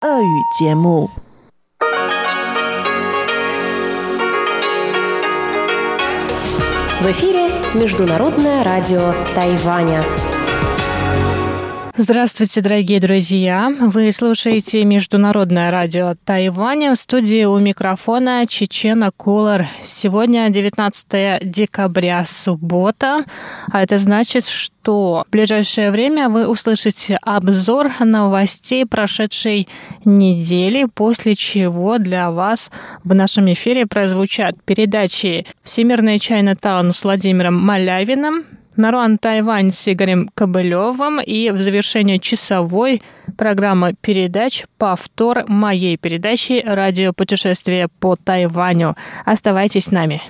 俄语节目。 В эфире Международное радио Тайваня. Здравствуйте, дорогие друзья! Вы слушаете Международное радио Тайваня. В студии у микрофона Чечена Кулар. Сегодня 19 декабря, суббота. А это значит, что в ближайшее время вы услышите обзор новостей прошедшей недели, после чего для вас в нашем эфире прозвучат передачи «Всемирный Чайна-таун» с Владимиром Малявиным, «Наруан Тайвань» с Игорем Кобылевым и в завершение часовой программы передач повтор моей передачи «Радиопутешествие по Тайваню». Оставайтесь с нами.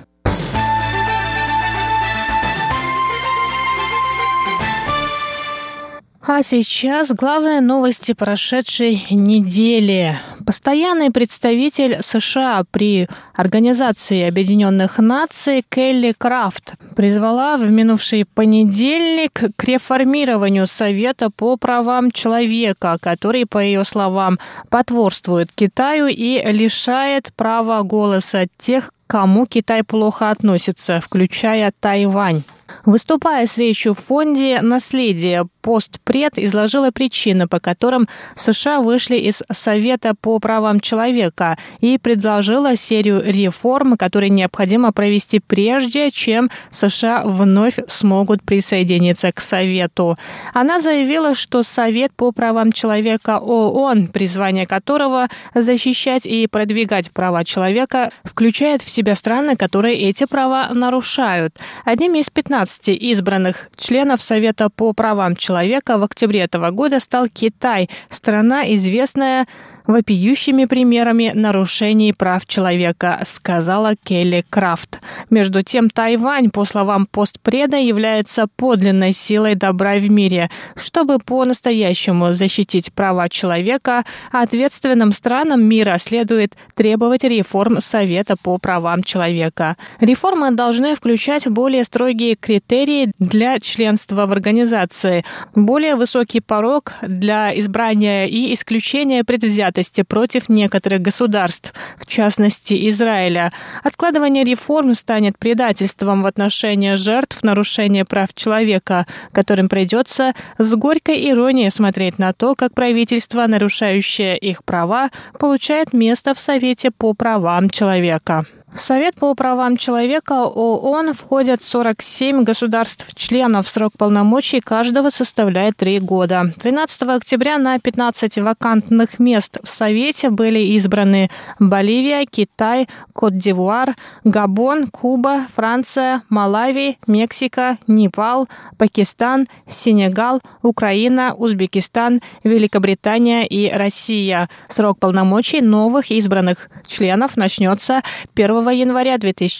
А сейчас главные новости прошедшей недели. Постоянный представитель США при Организации Объединенных Наций Келли Крафт призвала в минувший понедельник к реформированию Совета по правам человека, который, по ее словам, потворствует Китаю и лишает права голоса тех, к кому Китай плохо относится, включая Тайвань. Выступая с речью в фонде «Наследие», постпред изложила причины, по которым США вышли из Совета по правам человека и предложила серию реформ, которые необходимо провести прежде, чем США вновь смогут присоединиться к Совету. Она заявила, что Совет по правам человека ООН, призвание которого защищать и продвигать права человека, включает в себя страны, которые эти права нарушают. Одним из 15 избранных членов Совета по правам человека в октябре этого года стал Китай, страна, известная вопиющими примерами нарушений прав человека, сказала Келли Крафт. Между тем, Тайвань, по словам постпреда, является подлинной силой добра в мире. Чтобы по-настоящему защитить права человека, ответственным странам мира следует требовать реформ Совета по правам человека. Реформы должны включать более строгие критерии для членства в организации, более высокий порог для избрания и исключения предвзятости против некоторых государств, в частности Израиля. Откладывание реформ станет предательством в отношении жертв нарушения прав человека, которым придется с горькой иронией смотреть на то, как правительство, нарушающее их права, получает место в Совете по правам человека. В Совет по правам человека ООН входят 47 государств-членов. Срок полномочий каждого составляет 3 года. 13 октября на 15 вакантных мест в Совете были избраны Боливия, Китай, Кот-д'Ивуар, Габон, Куба, Франция, Малави, Мексика, Непал, Пакистан, Сенегал, Украина, Узбекистан, Великобритания и Россия. Срок полномочий новых избранных членов начнется 1 января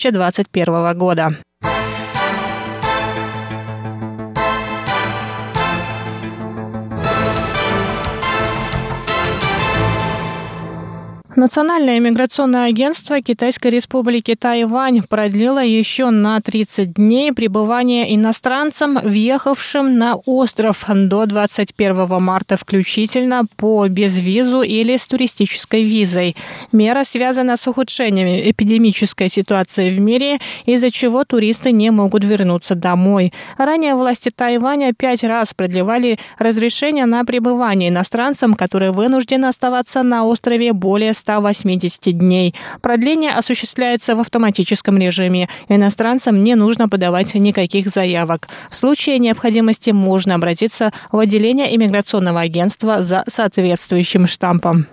2021 года. Национальное иммиграционное агентство Китайской республики Тайвань продлило еще на 30 дней пребывание иностранцам, въехавшим на остров до 21 марта включительно по безвизу или с туристической визой. Мера связана с ухудшением эпидемической ситуации в мире, из-за чего туристы не могут вернуться домой. Ранее власти Тайваня 5 раз продлевали разрешение на пребывание иностранцам, которые вынуждены оставаться на острове более 180 дней. Продление осуществляется в автоматическом режиме. Иностранцам не нужно подавать никаких заявок. В случае необходимости можно обратиться в отделение иммиграционного агентства за соответствующим штампом.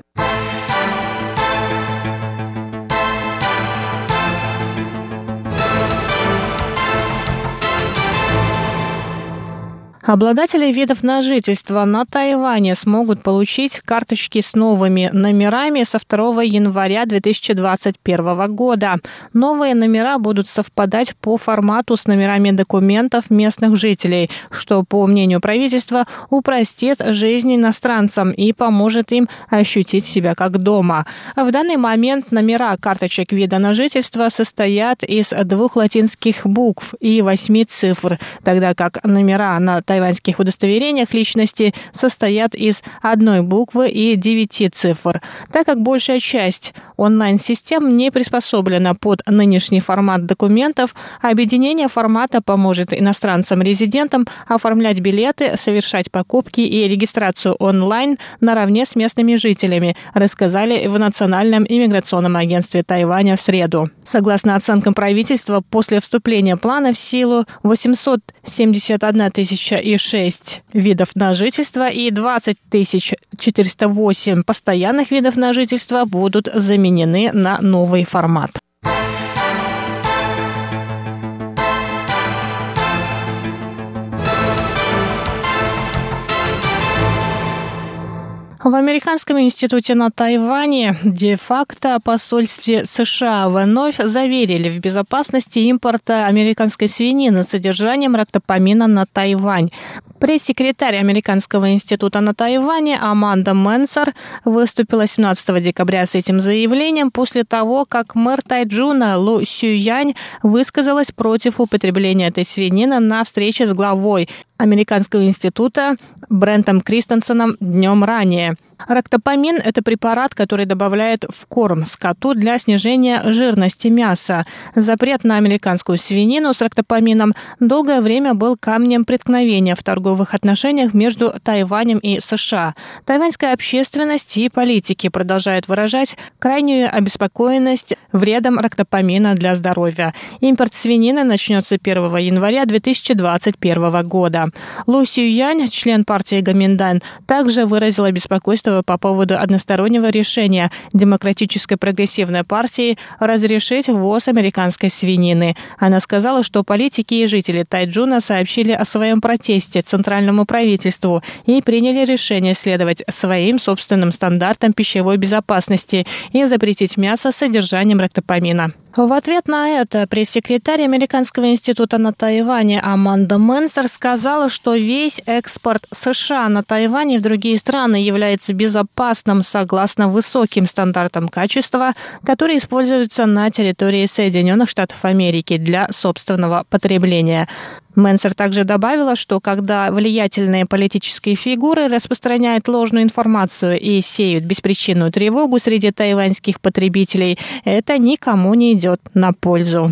Обладатели видов на жительство на Тайване смогут получить карточки с новыми номерами со 2 января 2021 года. Новые номера будут совпадать по формату с номерами документов местных жителей, что, по мнению правительства, упростит жизнь иностранцам и поможет им ощутить себя как дома. В данный момент номера карточек вида на жительство состоят из 2 латинских букв и 8 цифр, тогда как номера на тайваньском тайваньских удостоверениях личности состоят из одной буквы и 9 цифр. Так как большая часть онлайн-систем не приспособлена под нынешний формат документов, объединение формата поможет иностранцам-резидентам оформлять билеты, совершать покупки и регистрацию онлайн наравне с местными жителями, рассказали в Национальном иммиграционном агентстве Тайваня в среду. Согласно оценкам правительства, после вступления плана в силу 871 006 видов на жительство и 20 408 постоянных видов на жительство будут заменены на новый формат. В Американском институте на Тайване де-факто посольстве США вновь заверили в безопасности импорта американской свинины с содержанием рактопамина на Тайвань. Пресс-секретарь Американского института на Тайване Аманда Менсер выступила 17 декабря с этим заявлением после того, как мэр Тайчжуна Лу Сюянь высказалась против употребления этой свинины на встрече с главой Американского института Брентом Кристенсеном днем ранее. Рактопамин – это препарат, который добавляют в корм скоту для снижения жирности мяса. Запрет на американскую свинину с рактопамином долгое время был камнем преткновения в торговых отношениях между Тайванем и США. Тайваньская общественность и политики продолжают выражать крайнюю обеспокоенность вредом рактопамина для здоровья. Импорт свинины начнется 1 января 2021 года. Лу Сюянь, член партии Гоминдан, также выразила беспокойство по поводу одностороннего решения Демократической прогрессивной партии разрешить ввоз американской свинины. Она сказала, что политики и жители Тайчжуна сообщили о своем протесте центральному правительству и приняли решение следовать своим собственным стандартам пищевой безопасности и запретить мясо с содержанием рактопамина. В ответ на это пресс-секретарь Американского института на Тайване Аманда Менсер сказала, что весь экспорт США на Тайвань и в другие страны является безопасным согласно высоким стандартам качества, которые используются на территории Соединенных Штатов Америки для собственного потребления. Менсер также добавила, что когда влиятельные политические фигуры распространяют ложную информацию и сеют беспричинную тревогу среди тайваньских потребителей, это никому не идет на пользу.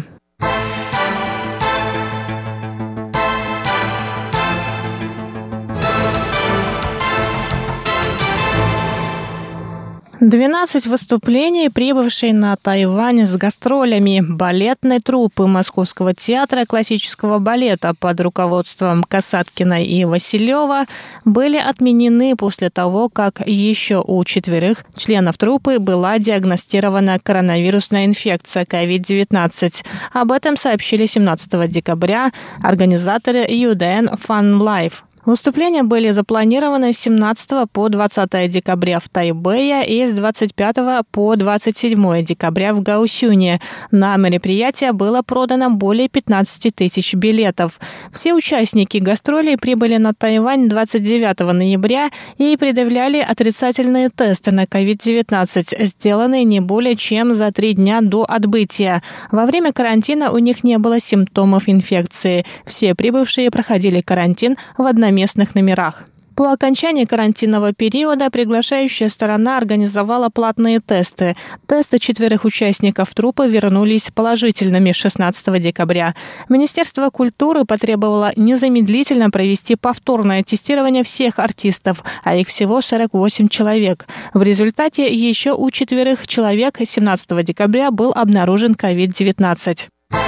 12 выступлений, прибывшей на Тайвань с гастролями балетной труппы Московского театра классического балета под руководством Касаткиной и Василева, были отменены после того, как еще у 4 членов труппы была диагностирована коронавирусная инфекция COVID-19. Об этом сообщили 17 декабря организаторы UDN Fun Life. Выступления были запланированы с 17 по 20 декабря в Тайбэе и с 25 по 27 декабря в Гаосюне. На мероприятие было продано более 15 тысяч билетов. Все участники гастролей прибыли на Тайвань 29 ноября и предъявляли отрицательные тесты на COVID-19, сделанные не более чем за 3 дня до отбытия. Во время карантина у них не было симптомов инфекции. Все прибывшие проходили карантин в одноместных номерах. По окончании карантинного периода приглашающая сторона организовала платные тесты. Тесты 4 участников труппы вернулись положительными 16 декабря. Министерство культуры потребовало незамедлительно провести повторное тестирование всех артистов, а их всего 48 человек. В результате еще у 4 человек 17 декабря был обнаружен COVID-19.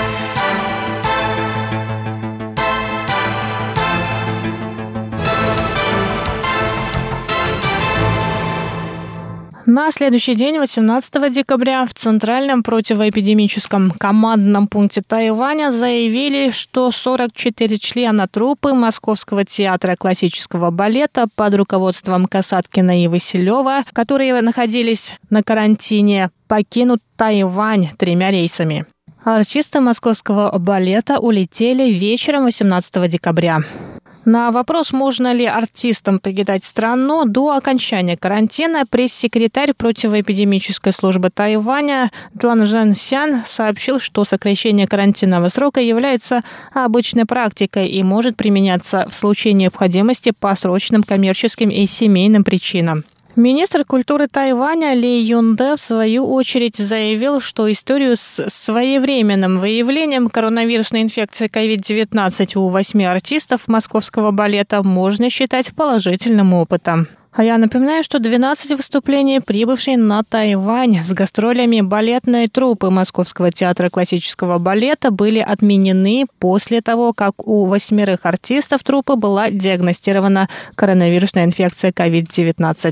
На следующий день, 18 декабря, в Центральном противоэпидемическом командном пункте Тайваня заявили, что 44 члена труппы Московского театра классического балета под руководством Касаткина и Василева, которые находились на карантине, покинут Тайвань 3 рейсами. Артисты Московского балета улетели вечером 18 декабря. На вопрос, можно ли артистам покидать страну до окончания карантина, пресс-секретарь противоэпидемической службы Тайваня Джуан Жэнсян сообщил, что сокращение карантинного срока является обычной практикой и может применяться в случае необходимости по срочным коммерческим и семейным причинам. Министр культуры Тайваня Ли Юнде в свою очередь заявил, что историю с своевременным выявлением коронавирусной инфекции COVID-19 у 8 артистов московского балета можно считать положительным опытом. А я напоминаю, что 12 выступлений, прибывшие на Тайвань с гастролями балетной труппы Московского театра классического балета, были отменены после того, как у 8 артистов труппы была диагностирована коронавирусная инфекция COVID-19.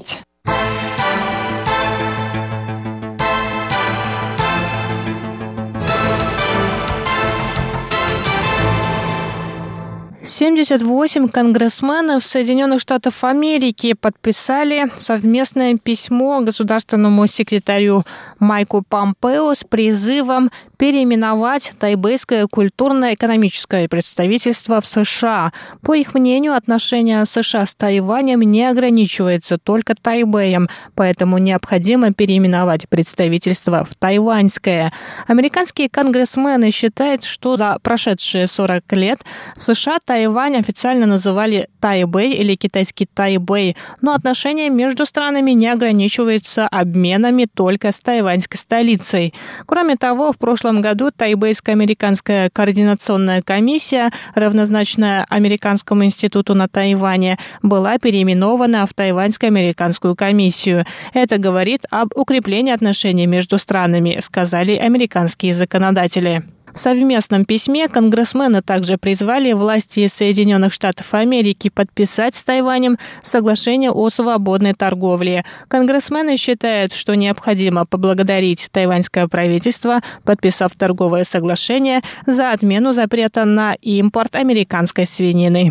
Семьдесят 78 конгрессменов Соединенных Штатов Америки подписали совместное письмо государственному секретарю Майку Помпео с призывом переименовать тайбэйское культурно-экономическое представительство в США. По их мнению, отношения США с Тайванем не ограничиваются только Тайбэем, поэтому необходимо переименовать представительство в тайваньское. Американские конгрессмены считают, что за прошедшие 40 лет в США Тайвань официально называли Тайбэй или китайский Тайбэй, но отношения между странами не ограничиваются обменами только с тайваньской столицей. Кроме того, в прошлом году Тайбэйско-американская координационная комиссия, равнозначная Американскому институту на Тайване, была переименована в Тайваньско-американскую комиссию. Это говорит об укреплении отношений между странами, сказали американские законодатели. В совместном письме конгрессмены также призвали власти Соединенных Штатов Америки подписать с Тайванем соглашение о свободной торговле. Конгрессмены считают, что необходимо поблагодарить тайваньское правительство, подписав торговое соглашение за отмену запрета на импорт американской свинины.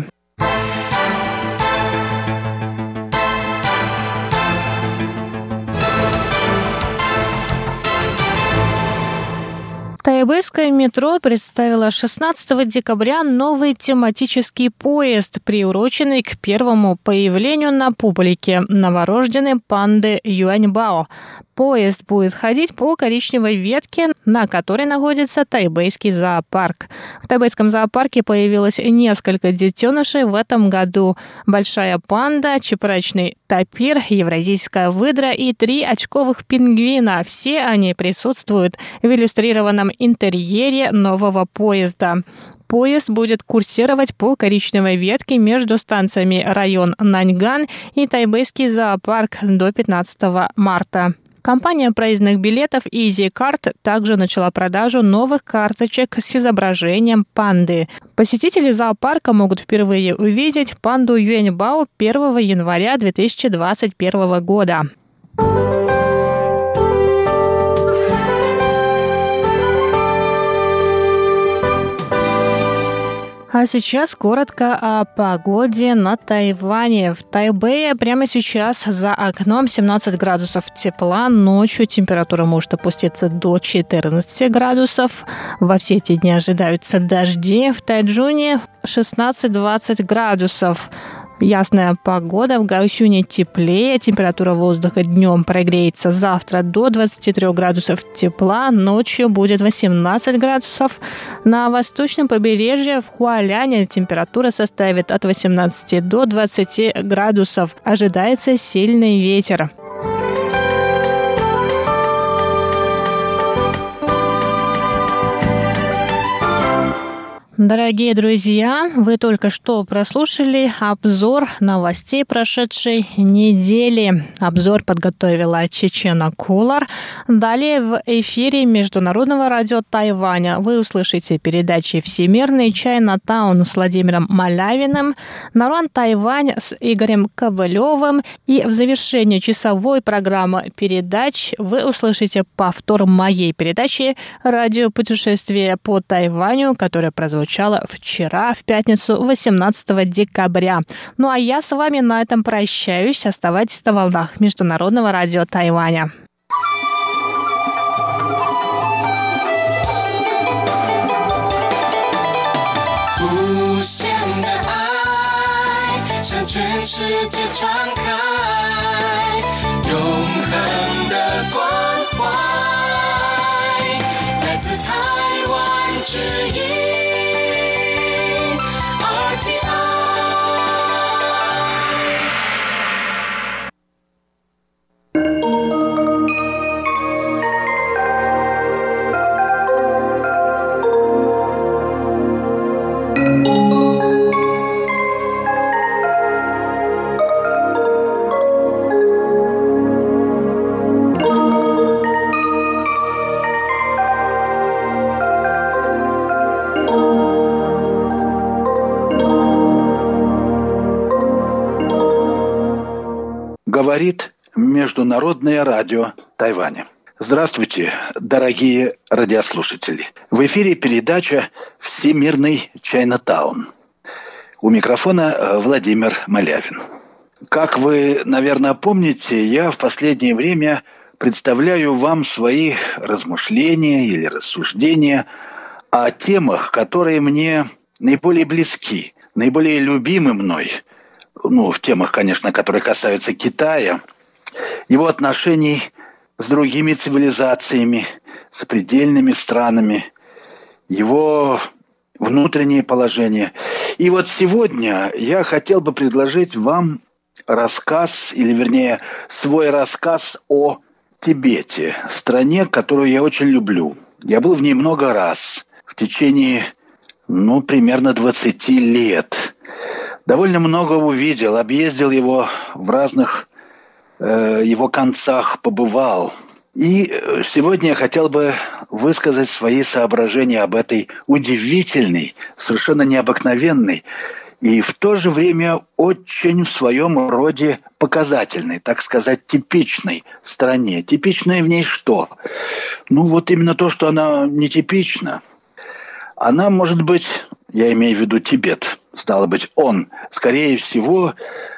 Тайбэйское метро представило 16 декабря новый тематический поезд, приуроченный к первому появлению на публике новорожденной панды Юаньбао. Поезд будет ходить по коричневой ветке, на которой находится Тайбэйский зоопарк. В Тайбэйском зоопарке появилось несколько детенышей в этом году. Большая панда, чепрачный тапир, евразийская выдра и 3 очковых пингвина. Все они присутствуют в иллюстрированном интерьере нового поезда. Поезд будет курсировать по коричневой ветке между станциями район Наньган и Тайбэйский зоопарк до 15 марта. Компания проездных билетов EasyCard также начала продажу новых карточек с изображением панды. Посетители зоопарка могут впервые увидеть панду Юаньбао 1 января 2021 года. А сейчас коротко о погоде на Тайване. В Тайбэе прямо сейчас за окном 17 градусов тепла. Ночью температура может опуститься до 14 градусов. Во все эти дни ожидаются дожди. В Тайчжуне 16-20 градусов. Ясная погода, в Гаосюне теплее, температура воздуха днем прогреется завтра до 23 градусов тепла, ночью будет 18 градусов. На восточном побережье в Хуаляне температура составит от 18 до 20 градусов. Ожидается сильный ветер. Дорогие друзья, вы только что прослушали обзор новостей прошедшей недели. Обзор подготовила Чечена Кулар. Далее в эфире Международного радио Тайваня вы услышите передачи «Всемирный Чайнатаун» с Владимиром Малявиным, «Нарон Тайвань» с Игорем Ковалевым. И в завершении часовой программы передач вы услышите повтор моей передачи «Радиопутешествие по Тайваню», которая прозвучала вчера, в пятницу, 18 декабря. Ну а я с вами на этом прощаюсь. Оставайтесь на волнах Международного радио Тайваня. 世界传开永恒的关怀，来自台湾之音 RTI。 Говорит Международное радио Тайваня. Здравствуйте, дорогие радиослушатели. В эфире передача «Всемирный Чайнатаун». У микрофона Владимир Малявин. Как вы, наверное, помните, я в последнее время представляю вам свои размышления или рассуждения о темах, которые мне наиболее близки, наиболее любимы мной. В темах, конечно, которые касаются Китая, его отношений с другими цивилизациями, с предельными странами, его внутреннее положение. И вот сегодня я хотел бы предложить вам рассказ, или вернее, свой рассказ о Тибете, стране, которую я очень люблю. Я был в ней много раз, в течение, примерно 20 лет. Довольно много увидел, объездил его в разных его концах, побывал. И сегодня я хотел бы высказать свои соображения об этой удивительной, совершенно необыкновенной и в то же время очень в своем роде показательной, так сказать, типичной стране. Типичное в ней что? Именно то, что она нетипична. Она может быть, я имею в виду Тибет, стало быть, он, скорее всего,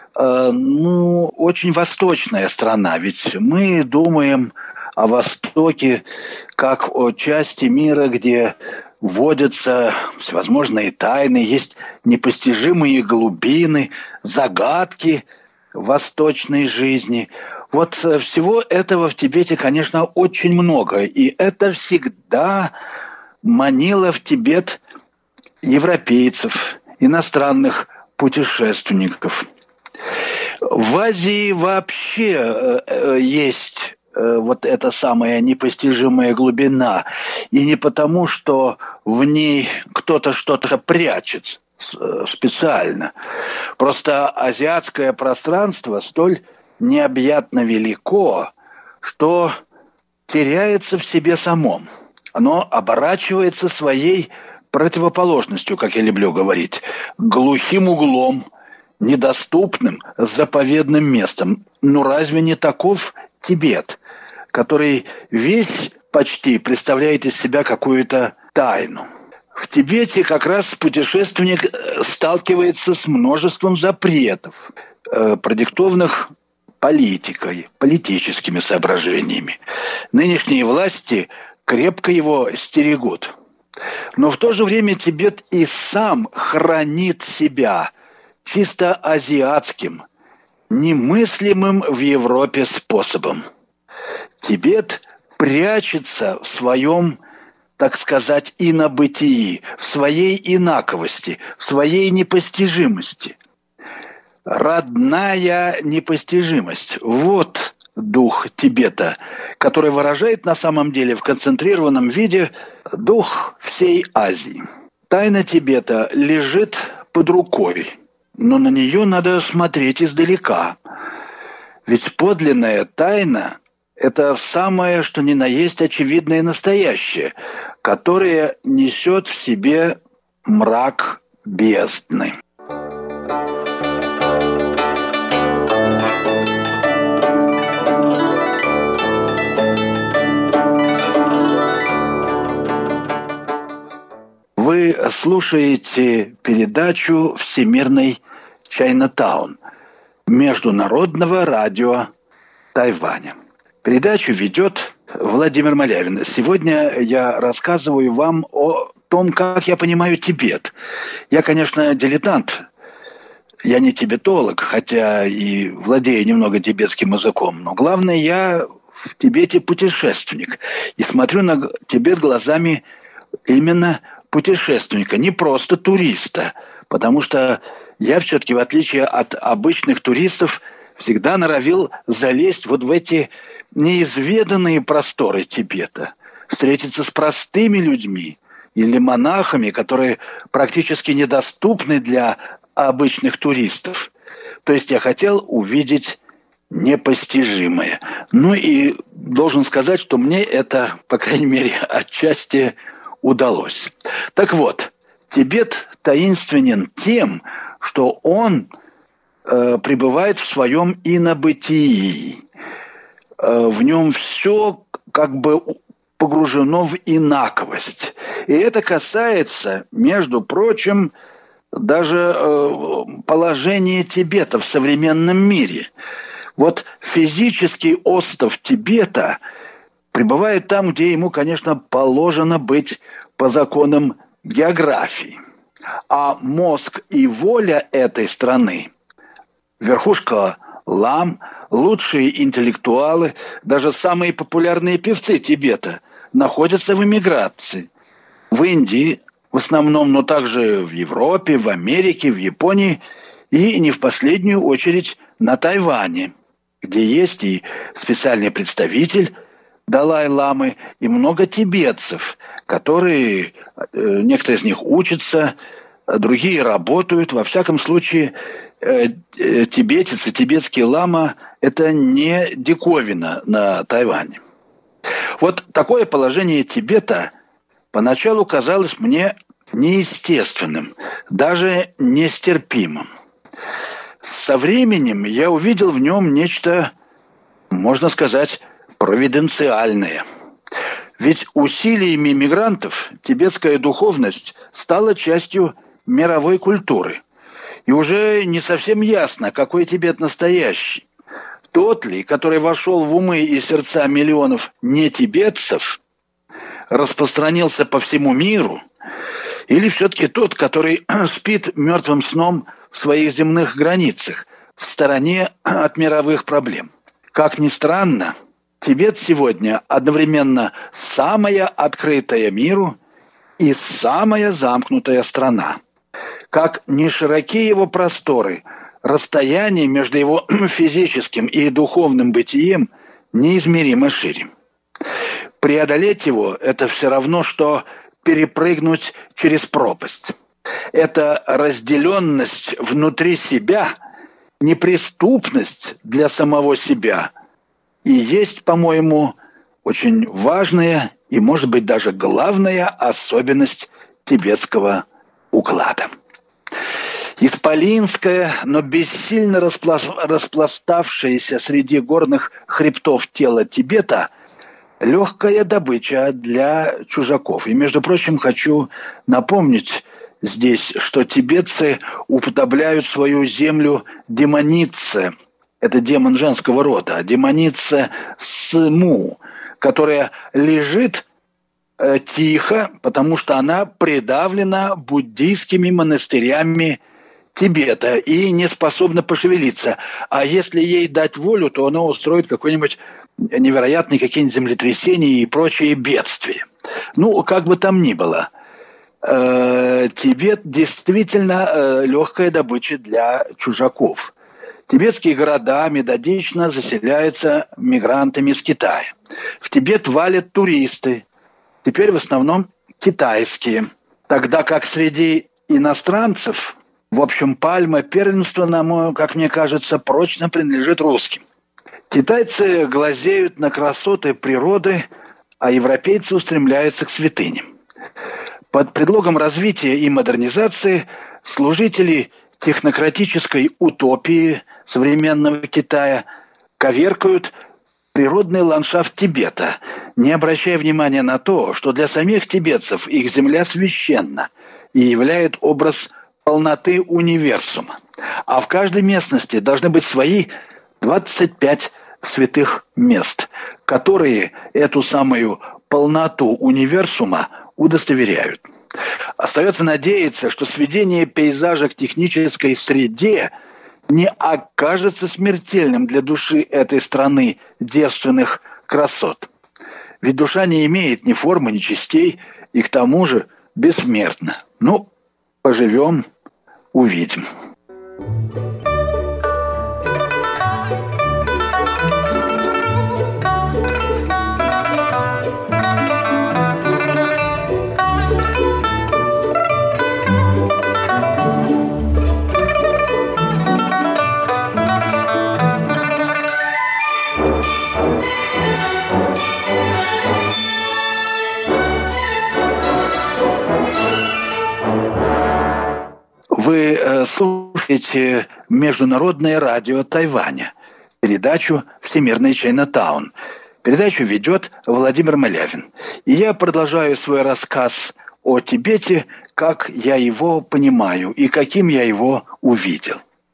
очень восточная страна. Ведь мы думаем о Востоке как о части мира, где вводятся всевозможные тайны, есть непостижимые глубины, загадки восточной жизни. Вот всего этого в Тибете, конечно, очень много. И это всегда манило в Тибет европейцев, иностранных путешественников. В Азии вообще есть вот эта самая непостижимая глубина. И не потому, что в ней кто-то что-то прячет специально. Просто азиатское пространство столь необъятно велико, что теряется в себе самом. Оно оборачивается своей противоположностью, как я люблю говорить, глухим углом, недоступным, заповедным местом. Разве не таков Тибет, который весь почти представляет из себя какую-то тайну? В Тибете как раз путешественник сталкивается с множеством запретов, продиктованных политикой, политическими соображениями. Нынешние власти крепко его стерегут. Но в то же время Тибет и сам хранит себя чисто азиатским, немыслимым в Европе способом. Тибет прячется в своем, так сказать, инобытии, в своей инаковости, в своей непостижимости. Родная непостижимость – вот дух Тибета, который выражает на самом деле в концентрированном виде дух всей Азии. Тайна Тибета лежит под рукой, но на нее надо смотреть издалека. Ведь подлинная тайна – это самое, что ни на есть очевидное настоящее, которое несет в себе мрак бездны. Вы слушаете передачу «Всемирный Чайнатаун» Международного радио Тайваня. Передачу ведет Владимир Малявин. Сегодня я рассказываю вам о том, как я понимаю Тибет. Я, конечно, дилетант, я не тибетолог, хотя и владею немного тибетским языком, но главное, я в Тибете путешественник. И смотрю на Тибет глазами именно путешественника, не просто туриста. Потому что я все-таки, в отличие от обычных туристов, всегда норовил залезть вот в эти неизведанные просторы Тибета, встретиться с простыми людьми или монахами, которые практически недоступны для обычных туристов. То есть я хотел увидеть непостижимое. Ну и должен сказать, что мне это, по крайней мере, отчасти удалось. Так вот, Тибет таинственен тем, что он пребывает в своем инобытии. В нем все как бы погружено в инаковость. И это касается, между прочим, даже положения Тибета в современном мире. Вот физический остров Тибета пребывает там, где ему, конечно, положено быть по законам географии. А мозг и воля этой страны, верхушка лам, лучшие интеллектуалы, даже самые популярные певцы Тибета находятся в эмиграции. В Индии в основном, но также в Европе, в Америке, в Японии и не в последнюю очередь на Тайване, где есть и специальный представитель Далай-ламы, и много тибетцев, которые, некоторые из них учатся, другие работают. Во всяком случае, тибетец и тибетский лама – это не диковина на Тайване. Вот такое положение Тибета поначалу казалось мне неестественным, даже нестерпимым. Со временем я увидел в нем нечто, можно сказать, провиденциальное. Ведь усилиями мигрантов тибетская духовность стала частью мировой культуры. И уже не совсем ясно, какой Тибет настоящий. Тот ли, который вошел в умы и сердца миллионов нетибетцев, распространился по всему миру, или все-таки тот, который спит мертвым сном в своих земных границах, в стороне от мировых проблем. Как ни странно, Тибет сегодня одновременно самая открытая миру и самая замкнутая страна. Как ни широки его просторы, расстояние между его физическим и духовным бытием неизмеримо шире. Преодолеть его – это все равно, что перепрыгнуть через пропасть. Это разделенность внутри себя, неприступность для самого себя и есть, по-моему, очень важная и, может быть, даже главная особенность тибетского уклада. Исполинское, но бессильно распластавшееся среди горных хребтов тело Тибета – легкая добыча для чужаков. И, между прочим, хочу напомнить здесь, что тибетцы уподобляют свою землю демонице. Это демон женского рода. А демоница Сму, которая лежит тихо, потому что она придавлена буддийскими монастырями Тибета и не способна пошевелиться. А если ей дать волю, то она устроит какой-нибудь невероятные какие-нибудь землетрясения и прочие бедствия. Ну, как бы там ни было, Тибет действительно легкая добыча для чужаков. Тибетские города методично заселяются мигрантами из Китая. В Тибет валят туристы, теперь в основном китайские. Тогда как среди иностранцев, в общем, пальма первенства, как мне кажется, прочно принадлежит русским. Китайцы глазеют на красоты природы, а европейцы устремляются к святыням. Под предлогом развития и модернизации служители технократической утопии современного Китая коверкают природный ландшафт Тибета, не обращая внимания на то, что для самих тибетцев их земля священна и являет образ полноты универсума. А в каждой местности должны быть свои 25 святых мест, которые эту самую полноту универсума удостоверяют. Остается надеяться, что сведение пейзажа к технической среде не окажется смертельным для души этой страны девственных красот. Ведь душа не имеет ни формы, ни частей, и к тому же бессмертна. Ну, поживем, увидим. Вы слушаете Международное радио Тайваня, передачу «Всемирный Чайнатаун». Передачу ведет Владимир Малявин. И я продолжаю свой рассказ о Тибете, как я его понимаю и каким я его увидел.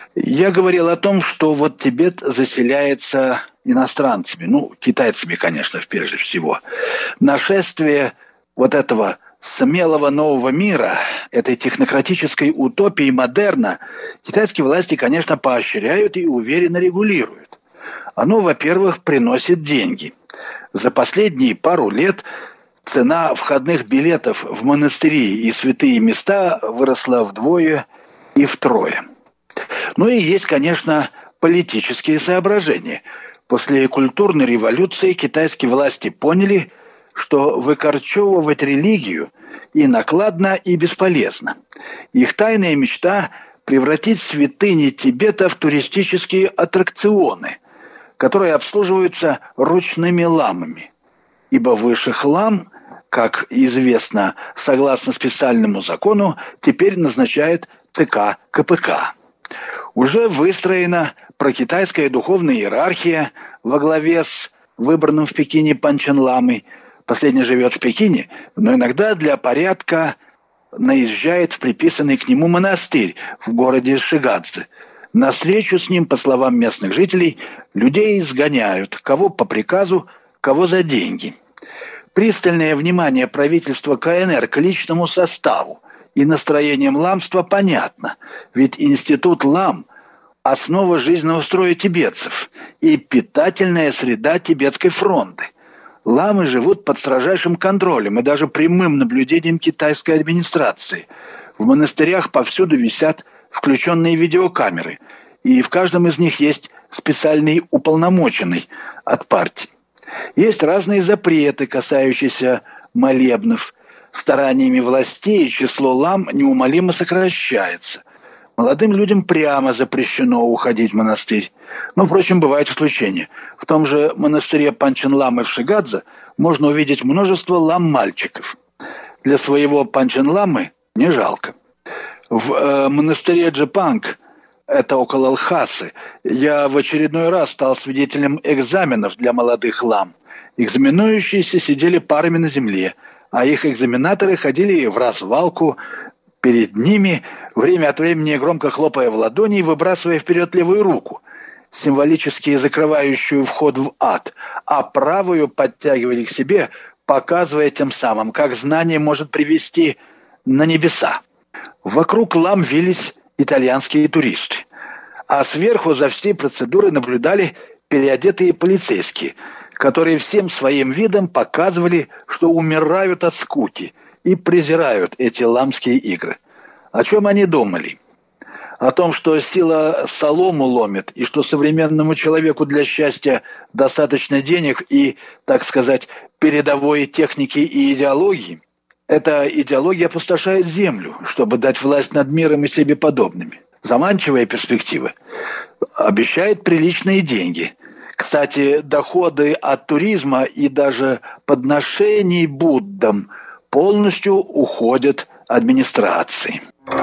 Я говорил о том, что вот Тибет заселяется иностранцами, китайцами, конечно, прежде всего. Нашествие вот этого смелого нового мира, этой технократической утопии модерна, китайские власти, конечно, поощряют и уверенно регулируют. Оно, во-первых, приносит деньги. За последние пару лет цена входных билетов в монастыри и святые места выросла вдвое и втрое. Ну и есть, конечно, политические соображения. После культурной революции китайские власти поняли, что выкорчевывать религию и накладно, и бесполезно. Их тайная мечта – превратить святыни Тибета в туристические аттракционы, которые обслуживаются ручными ламами. Ибо высших лам, как известно, согласно специальному закону, теперь назначает ЦК КПК. Уже выстроена прокитайская духовная иерархия во главе с выбранным в Пекине Панчен Ламой. Последний живет в Пекине, но иногда для порядка наезжает в приписанный к нему монастырь в городе Шигадзе. На встречу с ним, по словам местных жителей, людей изгоняют, кого по приказу, кого за деньги. Пристальное внимание правительства КНР к личному составу и настроениям ламства понятно, ведь институт лам – основа жизненного строя тибетцев и питательная среда тибетской фронты. Ламы живут под строжайшим контролем и даже прямым наблюдением китайской администрации. В монастырях повсюду висят включенные видеокамеры, и в каждом из них есть специальный уполномоченный от партии. Есть разные запреты, касающиеся молебнов. Стараниями властей число лам неумолимо сокращается. Молодым людям прямо запрещено уходить в монастырь. Но, впрочем, бывают исключения. В том же монастыре Панчен-ламы в Шигадзе можно увидеть множество лам-мальчиков. Для своего Панчен-ламы не жалко. В монастыре Джепанг, это около Лхасы, я в очередной раз стал свидетелем экзаменов для молодых лам. Экзаменующиеся сидели парами на земле, а их экзаменаторы ходили в развалку перед ними, время от времени громко хлопая в ладони и выбрасывая вперед левую руку, символически закрывающую вход в ад, а правую подтягивали к себе, показывая тем самым, как знание может привести на небеса. Вокруг лам вились итальянские туристы, а сверху за всей процедурой наблюдали переодетые полицейские, которые всем своим видом показывали, что умирают от скуки и презирают эти ламские игры. О чем они думали? О том, что сила солому ломит, и что современному человеку для счастья достаточно денег и, так сказать, передовой техники и идеологии. Эта идеология опустошает землю, чтобы дать власть над миром и себе подобными. Заманчивая перспектива. Обещает приличные деньги. Кстати, доходы от туризма и даже подношений Буддам полностью уходят администрации.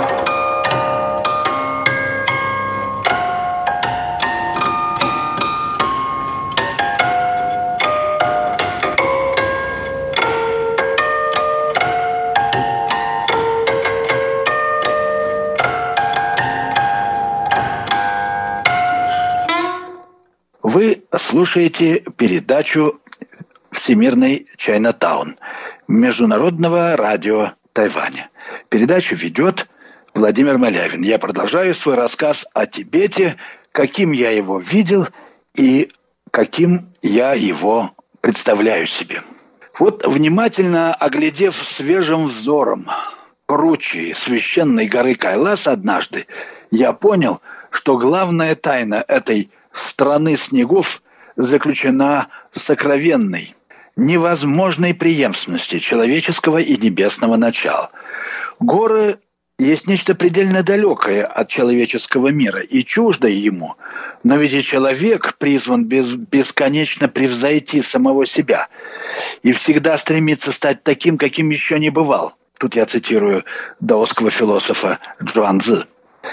Вы слушаете передачу «Всемирный Чайнатаун» Международного радио Тайваня. Передачу ведет Владимир Малявин. Я продолжаю свой рассказ о Тибете, каким я его видел и каким я его представляю себе. Вот, внимательно оглядев свежим взором кручи священной горы Кайлас однажды, я понял, что главная тайна этой страны снегов заключена в сокровенной, невозможной преемственности человеческого и небесного начала. Горы есть нечто предельно далекое от человеческого мира и чуждое ему, но ведь и человек призван бесконечно превзойти самого себя и всегда стремится стать таким, каким еще не бывал. Тут я цитирую даосского философа Чжуанцзы.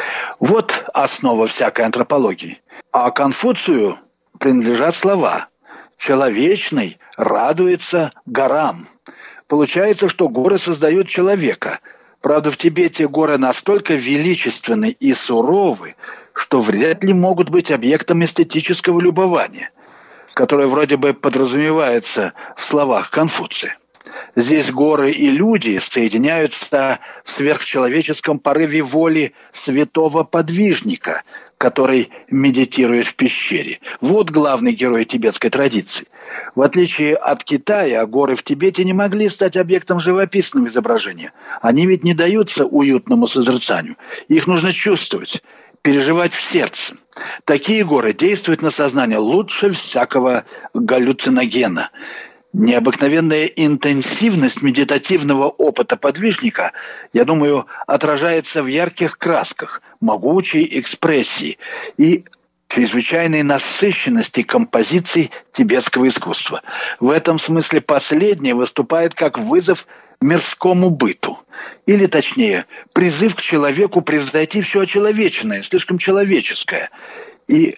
Вот основа всякой антропологии. А Конфуцию принадлежат слова «человечный радуется горам». Получается, что горы создают человека. Правда, в Тибете горы настолько величественны и суровы, что вряд ли могут быть объектом эстетического любования, которое вроде бы подразумевается в словах Конфуция. Здесь горы и люди соединяются в сверхчеловеческом порыве воли святого подвижника, который медитирует в пещере. Вот главный герой тибетской традиции. В отличие от Китая, горы в Тибете не могли стать объектом живописного изображения. Они ведь не даются уютному созерцанию. Их нужно чувствовать, переживать в сердце. Такие горы действуют на сознание лучше всякого галлюциногена. Необыкновенная интенсивность медитативного опыта подвижника, я думаю, отражается в ярких красках, могучей экспрессии и чрезвычайной насыщенности композиций тибетского искусства. В этом смысле последнее выступает как вызов мирскому быту. Или, точнее, призыв к человеку превзойти все очеловеченное, слишком человеческое, и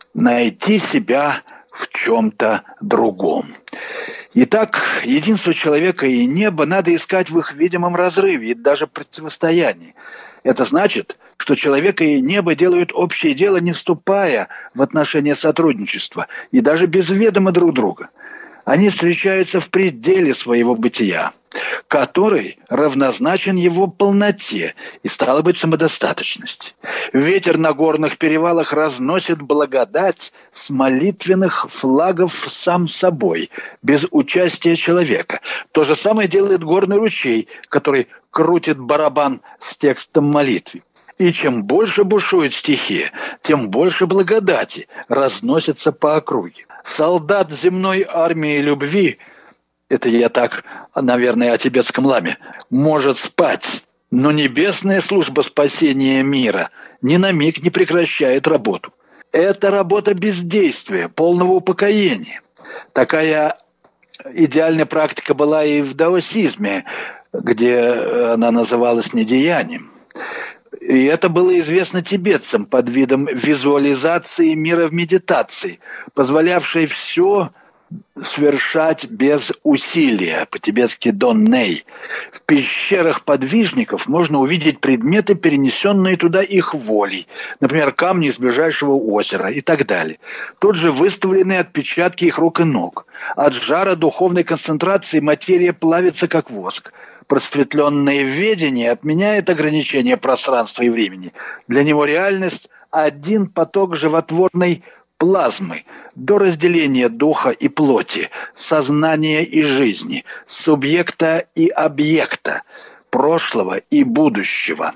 найти себя в чем-то другом. Итак, единство человека и неба надо искать в их видимом разрыве и даже противостоянии. Это значит, что человек и небо делают общее дело, не вступая в отношения сотрудничества и даже без ведома друг друга. Они встречаются в пределе своего бытия, который равнозначен его полноте и, стало быть, самодостаточности. Ветер на горных перевалах разносит благодать с молитвенных флагов сам собой, без участия человека. То же самое делает горный ручей, который крутит барабан с текстом молитвы. И чем больше бушует стихия, тем больше благодати разносится по округе. Солдат земной армии любви, это я так, наверное, о тибетском ламе, может спать, но небесная служба спасения мира ни на миг не прекращает работу. Это работа бездействия, полного упокоения. Такая идеальная практика была и в даосизме, где она называлась недеянием. И это было известно тибетцам под видом визуализации мира в медитации, позволявшей все совершать без усилия, по-тибетски донней. В пещерах подвижников можно увидеть предметы, перенесенные туда их волей, например, камни из ближайшего озера и так далее. Тут же выставлены отпечатки их рук и ног. От жара духовной концентрации материя плавится, как воск. Просветленное ведение отменяет ограничения пространства и времени. Для него реальность – один поток животворной плазмы до разделения духа и плоти, сознания и жизни, субъекта и объекта, прошлого и будущего.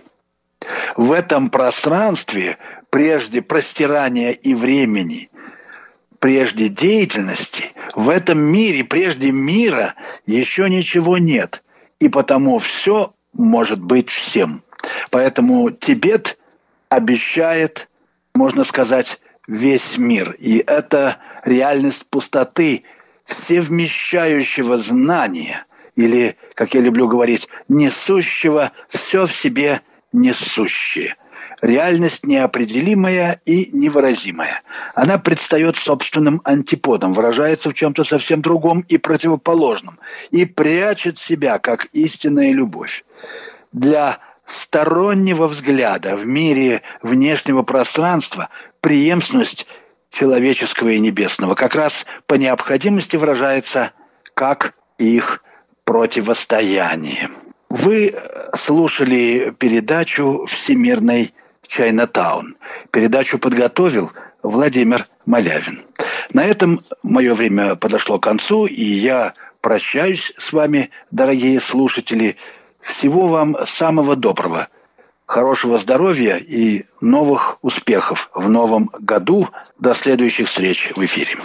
В этом пространстве прежде простирания и времени, прежде деятельности, в этом мире прежде мира еще ничего нет. И потому все может быть всем. Поэтому Тибет обещает, можно сказать, весь мир. И это реальность пустоты, всевмещающего знания, или, как я люблю говорить, несущего все в себе несущее. Реальность неопределимая и невыразимая. Она предстает собственным антиподом, выражается в чем-то совсем другом и противоположном, и прячет себя, как истинная любовь. Для стороннего взгляда в мире внешнего пространства преемственность человеческого и небесного как раз по необходимости выражается как их противостояние. Вы слушали передачу «Всемирный Чайнатаун». Передачу подготовил Владимир Малявин. На этом мое время подошло к концу, и я прощаюсь с вами, дорогие слушатели. Всего вам самого доброго, хорошего здоровья и новых успехов в новом году. До следующих встреч в эфире.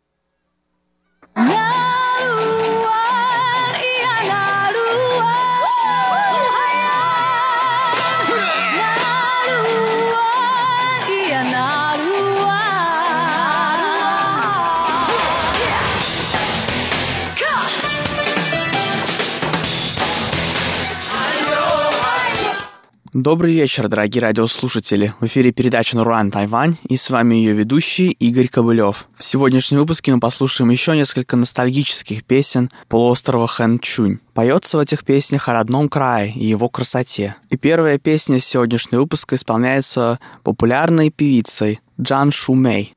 Добрый вечер, дорогие радиослушатели. В эфире передача «Наруан Тайвань», и с вами ее ведущий Игорь Кобылев. В сегодняшнем выпуске мы послушаем еще несколько ностальгических песен полуострова Хэнчунь. Поется в этих песнях о родном крае и его красоте. И первая песня сегодняшнего выпуска исполняется популярной певицей Джан Шумэй.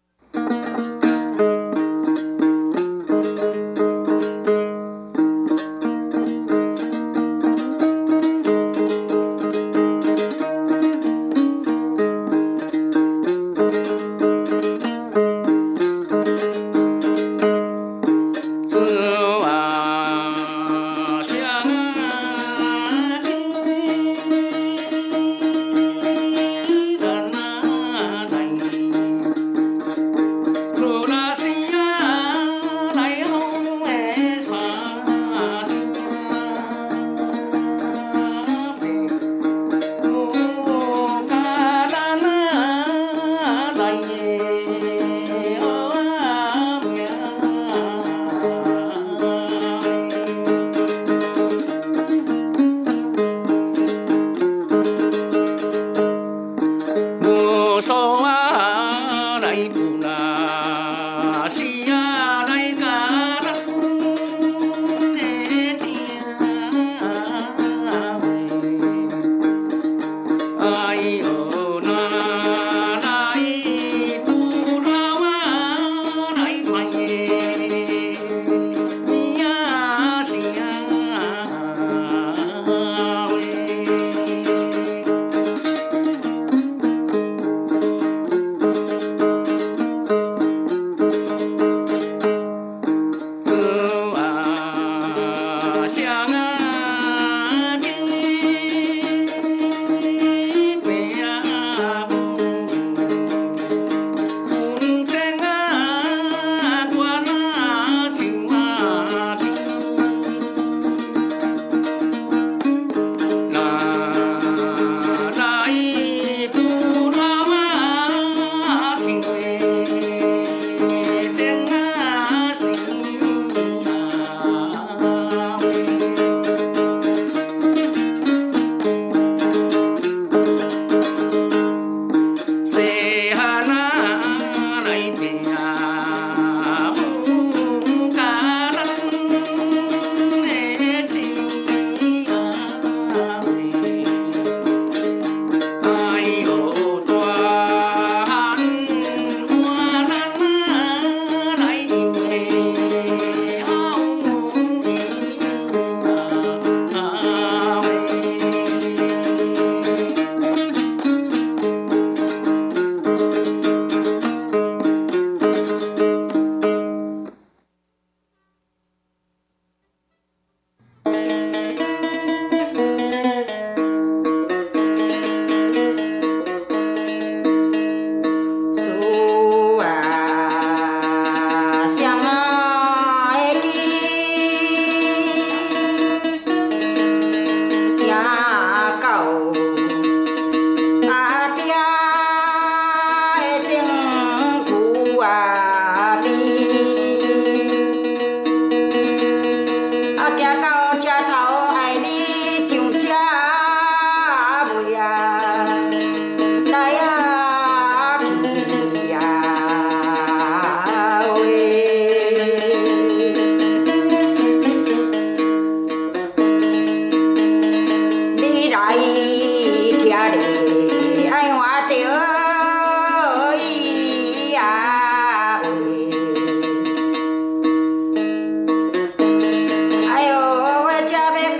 Cha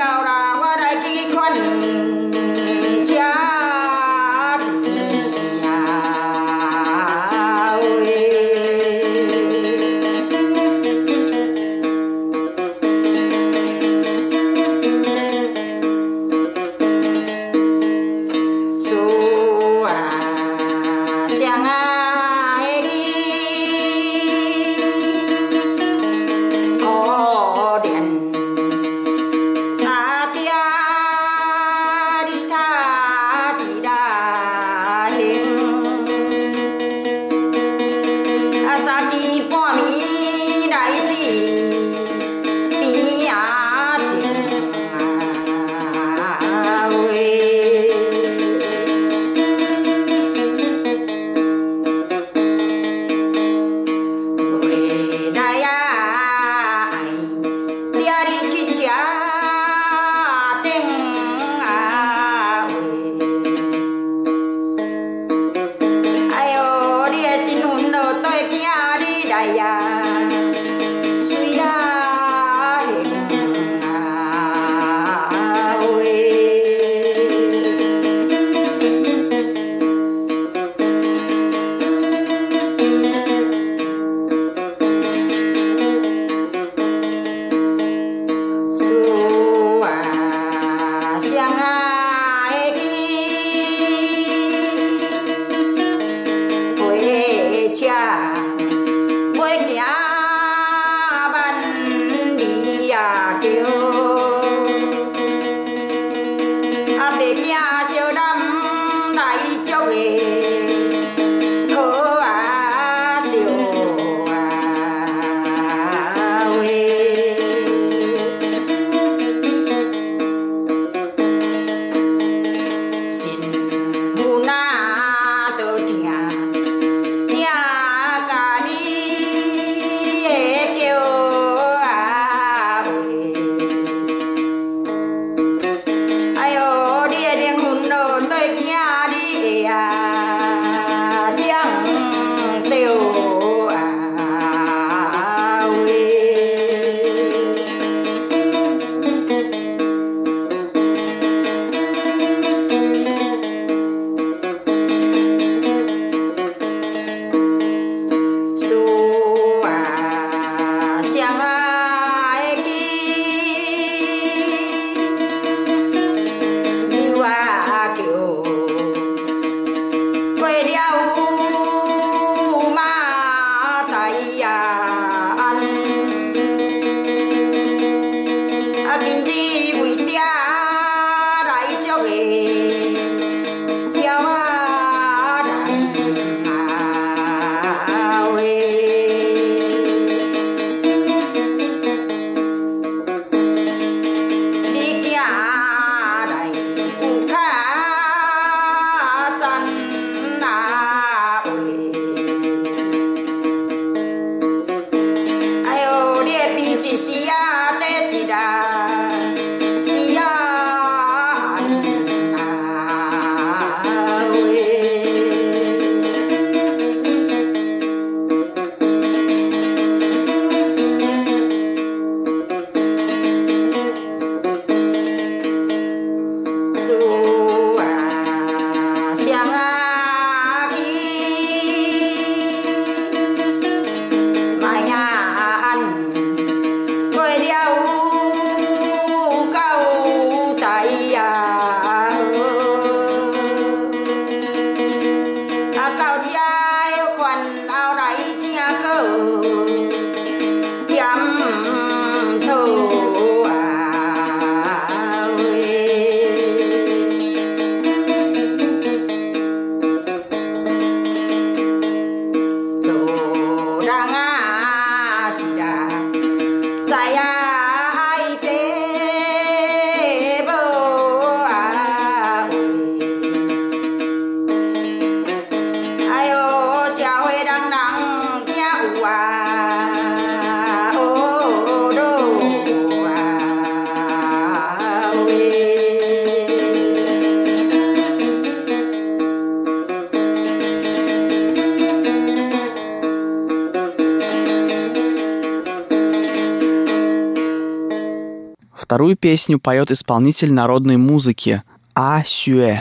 Вторую песню поет исполнитель народной музыки А Сюэ.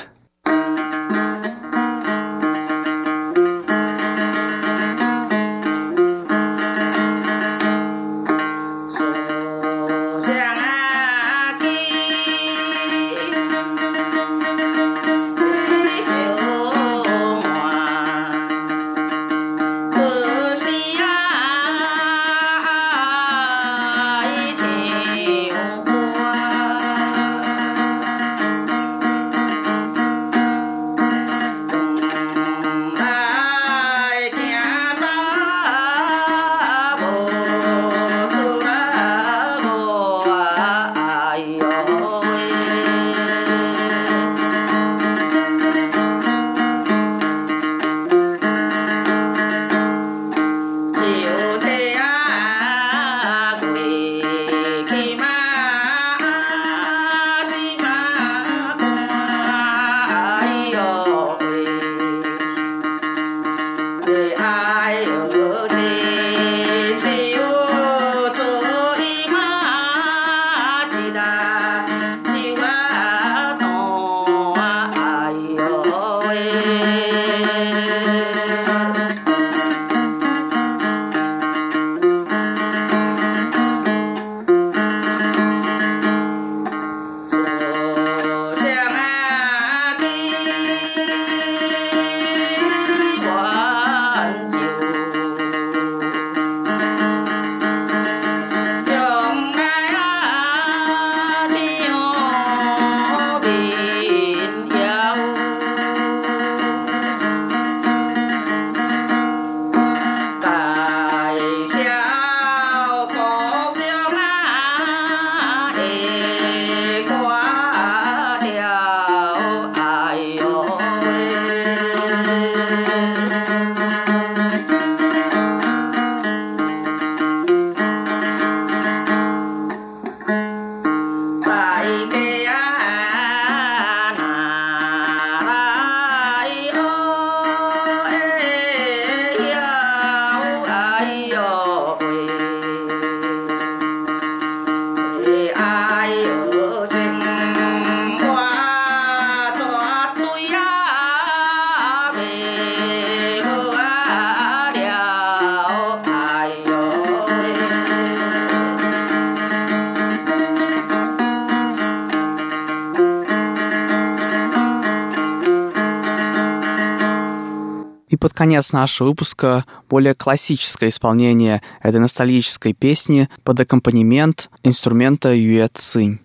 под конец нашего выпуска более классическое исполнение этой ностальгической песни под аккомпанемент инструмента юэ цинь.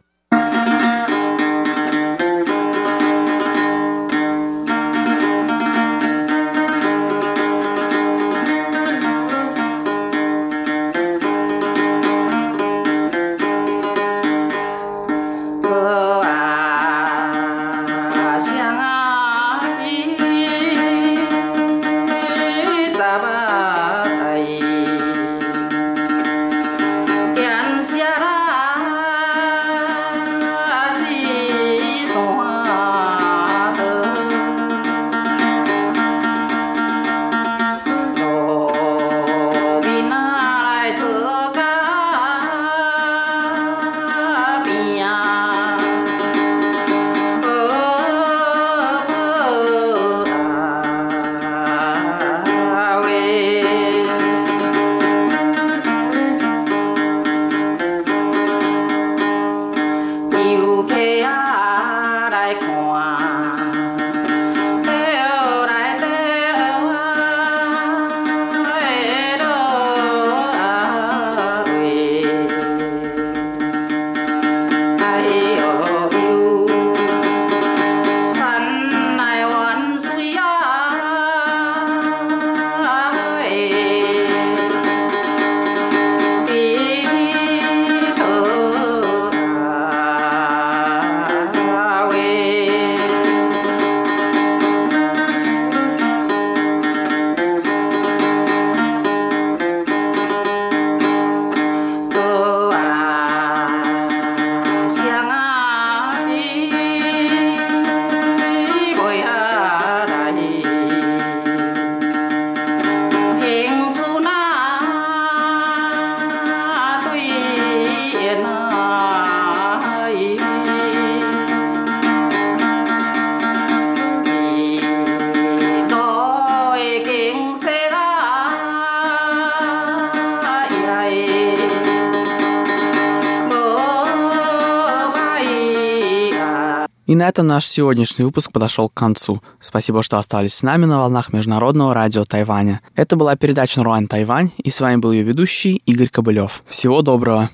И на этом наш сегодняшний выпуск подошел к концу. Спасибо, что остались с нами на волнах Международного радио Тайваня. Это была передача «Наруан Тайвань», и с вами был ее ведущий Игорь Кобылев. Всего доброго!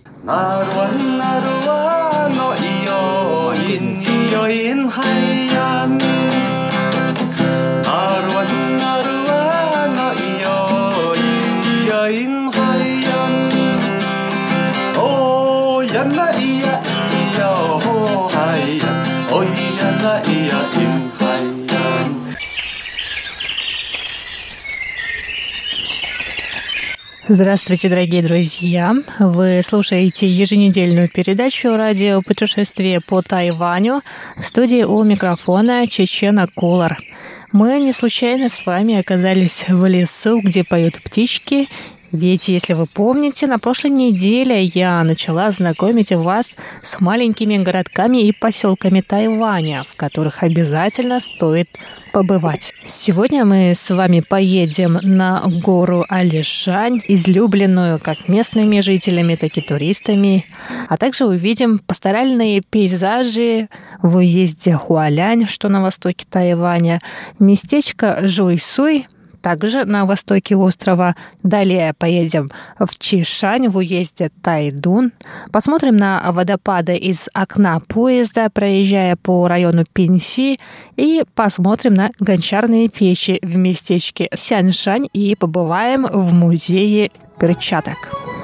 Здравствуйте, дорогие друзья! Вы слушаете еженедельную передачу «Радио путешествие по Тайваню». В студии у микрофона Чечена Кулар. Мы не случайно с вами оказались в лесу, где поют птички. Ведь, если вы помните, на прошлой неделе я начала знакомить вас с маленькими городками и поселками Тайваня, в которых обязательно стоит побывать. Сегодня мы с вами поедем на гору Алишань, излюбленную как местными жителями, так и туристами, а также увидим пасторальные пейзажи в уезде Хуалянь, что на востоке Тайваня, местечко Жуйсуй, также на востоке острова. Далее поедем в Чишань, в уезде Тайдун. Посмотрим на водопады из окна поезда, проезжая по району Пинси. И посмотрим на гончарные печи в местечке Сяньшань. И побываем в музее перчаток.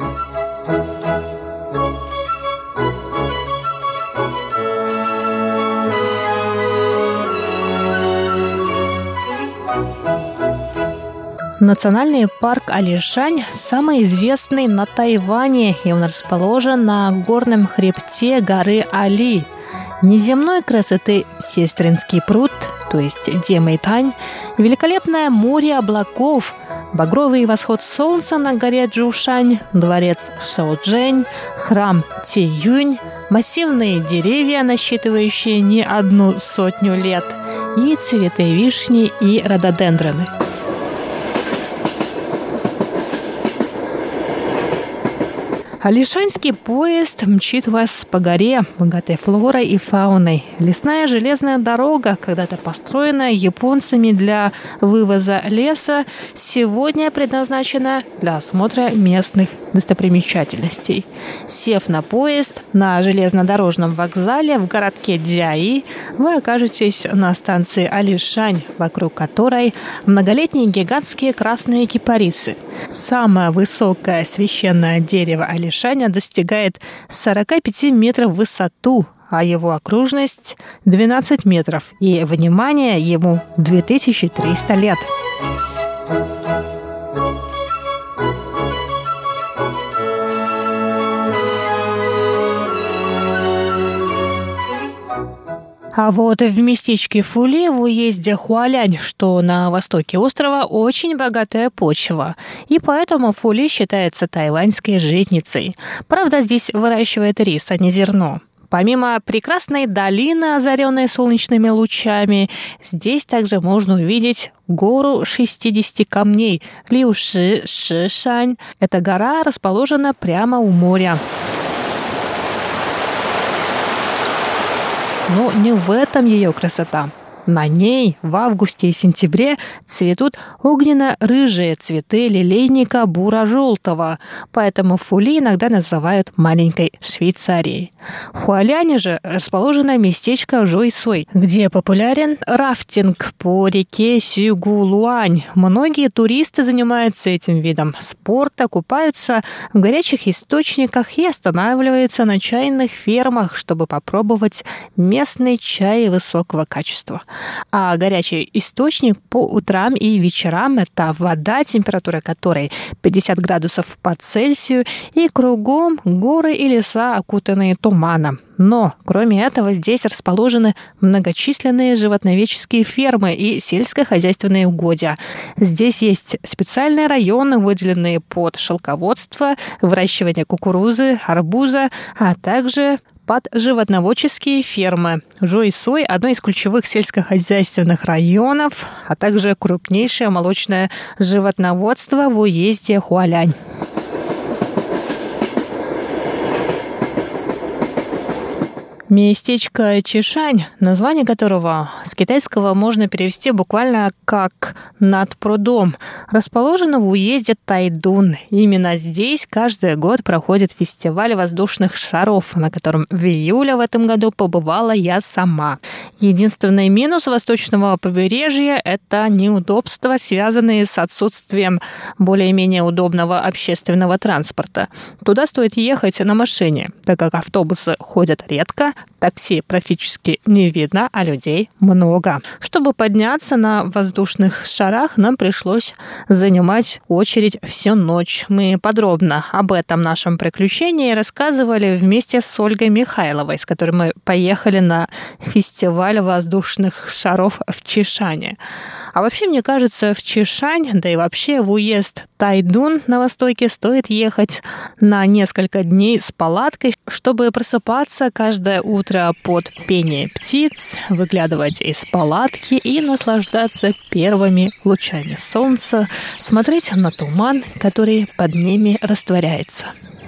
Национальный парк Алишань самый известный на Тайване, и он расположен на горном хребте горы Али. Неземной красоты Сестринский пруд, то есть Демэйтань, великолепное море облаков, багровый восход солнца на горе Джушань, дворец Шаоджэнь, храм Тиюнь, массивные деревья, насчитывающие не одну сотню лет, и цветы вишни и рододендроны. Алишанский поезд мчит вас по горе, богатой флорой и фауной. Лесная железная дорога, когда-то построенная японцами для вывоза леса, сегодня предназначена для осмотра местных достопримечательностей. Сев на поезд на железнодорожном вокзале в городке Дзяи, вы окажетесь на станции Алишань, вокруг которой многолетние гигантские красные кипарисы. Самое высокое священное дерево Алишаня достигает 45 метров в высоту, а его окружность 12 метров. И, внимание, ему 2300 лет. А вот в местечке Фули в уезде Хуалянь, что на востоке острова, очень богатая почва. И поэтому Фули считается тайваньской житницей. Правда, здесь выращивают рис, а не зерно. Помимо прекрасной долины, озаренной солнечными лучами, здесь также можно увидеть гору 60 камней Лиуши Шишань. Эта гора расположена прямо у моря. Но не в этом ее красота. На ней в августе и сентябре цветут огненно-рыжие цветы лилейника буро-желтого, поэтому Фули иногда называют маленькой Швейцарией. В Хуаляне же расположено местечко Жуйсуй, где популярен рафтинг по реке Сюгулуань. Многие туристы занимаются этим видом спорта, купаются в горячих источниках и останавливаются на чайных фермах, чтобы попробовать местный чай высокого качества. А горячий источник по утрам и вечерам – это вода, температура которой 50 градусов по Цельсию, и кругом горы и леса, окутанные туманом. Но, кроме этого, здесь расположены многочисленные животноведческие фермы и сельскохозяйственные угодья. Здесь есть специальные районы, выделенные под шелководство, выращивание кукурузы, арбуза, а также под животноводческие фермы. Жуйсуй – одно из ключевых сельскохозяйственных районов, а также крупнейшее молочное животноводство в уезде Хуалянь. Местечко Чишань, название которого с китайского можно перевести буквально как «над прудом», расположено в уезде Тайдун. Именно здесь каждый год проходит фестиваль воздушных шаров, на котором в июле в этом году побывала я сама. Единственный минус восточного побережья – это неудобства, связанные с отсутствием более-менее удобного общественного транспорта. Туда стоит ехать на машине, так как автобусы ходят редко, такси практически не видно, а людей много. Чтобы подняться на воздушных шарах, нам пришлось занимать очередь всю ночь. Мы подробно об этом нашем приключении рассказывали вместе с Ольгой Михайловой, с которой мы поехали на фестиваль воздушных шаров в Чишане. А вообще, мне кажется, в Чишань, да и вообще в уезд Тайдун на востоке стоит ехать на несколько дней с палаткой, чтобы просыпаться каждое утро под пение птиц, выглядывать из палатки и наслаждаться первыми лучами солнца, смотреть на туман, который под ними растворяется.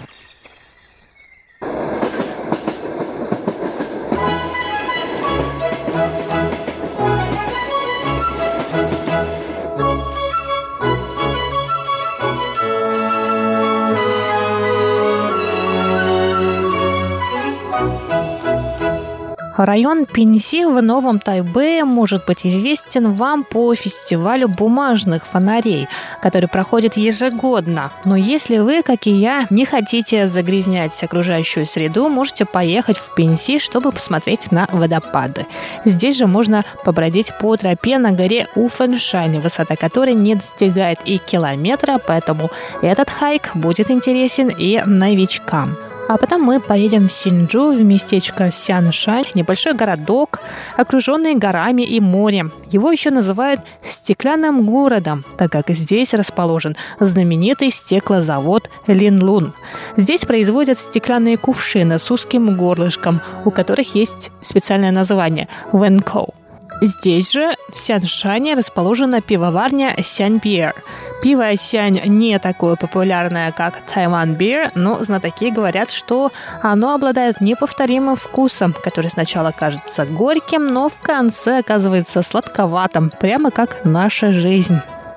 Район Пинси в Новом Тайбэе может быть известен вам по фестивалю бумажных фонарей, который проходит ежегодно. Но если вы, как и я, не хотите загрязнять окружающую среду, можете поехать в Пинси, чтобы посмотреть на водопады. Здесь же можно побродить по тропе на горе Уфэншань, высота которой не достигает и километра, поэтому этот хайк будет интересен и новичкам. А потом мы поедем в Синджу, в местечко Сяншань, небольшой городок, окруженный горами и морем. Его еще называют «стеклянным городом», так как здесь расположен знаменитый стеклозавод Линлун. Здесь производят стеклянные кувшины с узким горлышком, у которых есть специальное название – вэнкоу. Здесь же, в Сяншане, расположена пивоварня Сянь Beer. Пиво Сянь не такое популярное, как Taiwan Beer, но знатоки говорят, что оно обладает неповторимым вкусом, который сначала кажется горьким, но в конце оказывается сладковатым, прямо как наша жизнь.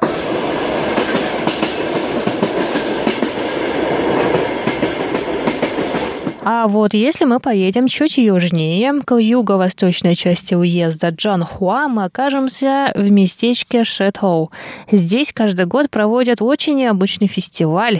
А вот если мы поедем чуть южнее, к юго-восточной части уезда Чжанхуа, мы окажемся в местечке Шэтоу. Здесь каждый год проводят очень необычный фестиваль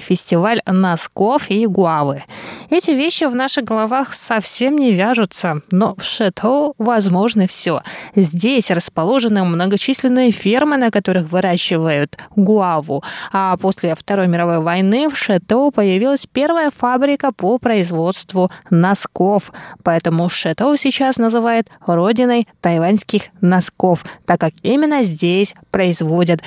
носков и гуавы. Эти вещи в наших головах совсем не вяжутся, но в Шэтоу возможно все. Здесь расположены многочисленные фермы, на которых выращивают гуаву. А после Второй мировой войны в Шэтоу появилась первая фабрика по производству носков. Поэтому Шэтоу сейчас называют родиной тайваньских носков, так как именно здесь производят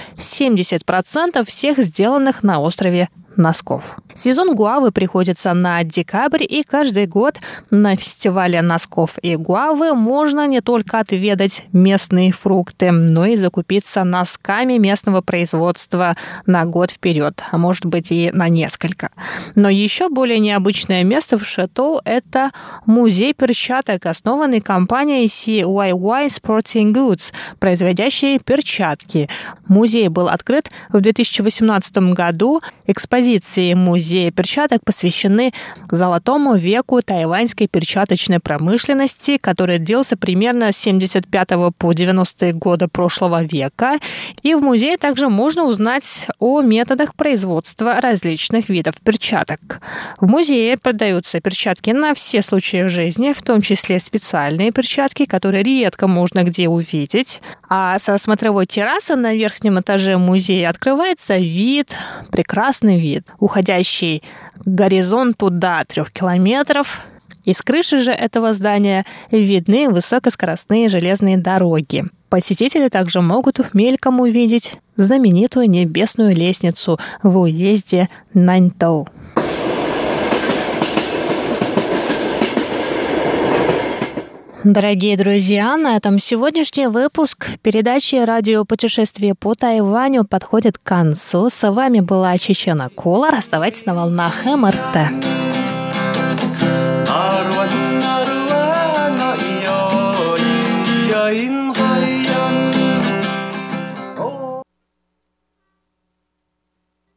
70% всех сделанных на острове носков. Сезон гуавы приходится на декабрь, и каждый год на фестивале носков и гуавы можно не только отведать местные фрукты, но и закупиться носками местного производства на год вперед, а может быть и на несколько. Но еще более необычное место в Шэтоу – это музей перчаток, основанный компанией CYY Sporting Goods, производящей перчатки. Музей был открыт в 2018 году. Экспозиции музея перчаток посвящены золотому веку тайваньской перчаточной промышленности, который длился примерно с 75 по 90-е годы прошлого века. И в музее также можно узнать о методах производства различных видов перчаток. В музее продаются перчатки на все случаи жизни, в том числе специальные перчатки, которые редко можно где увидеть. А со смотровой террасы на верхнем этаже музея открывается вид, прекрасный вид, уходящий к горизонту до 3 километров. Из крыши же этого здания видны высокоскоростные железные дороги. Посетители также могут мельком увидеть знаменитую небесную лестницу в уезде Наньтоу. Дорогие друзья, на этом сегодняшний выпуск передачи «Радиопутешествие по Тайваню» подходит к концу. С вами была Чечена Колор. Оставайтесь на волнах МРТ.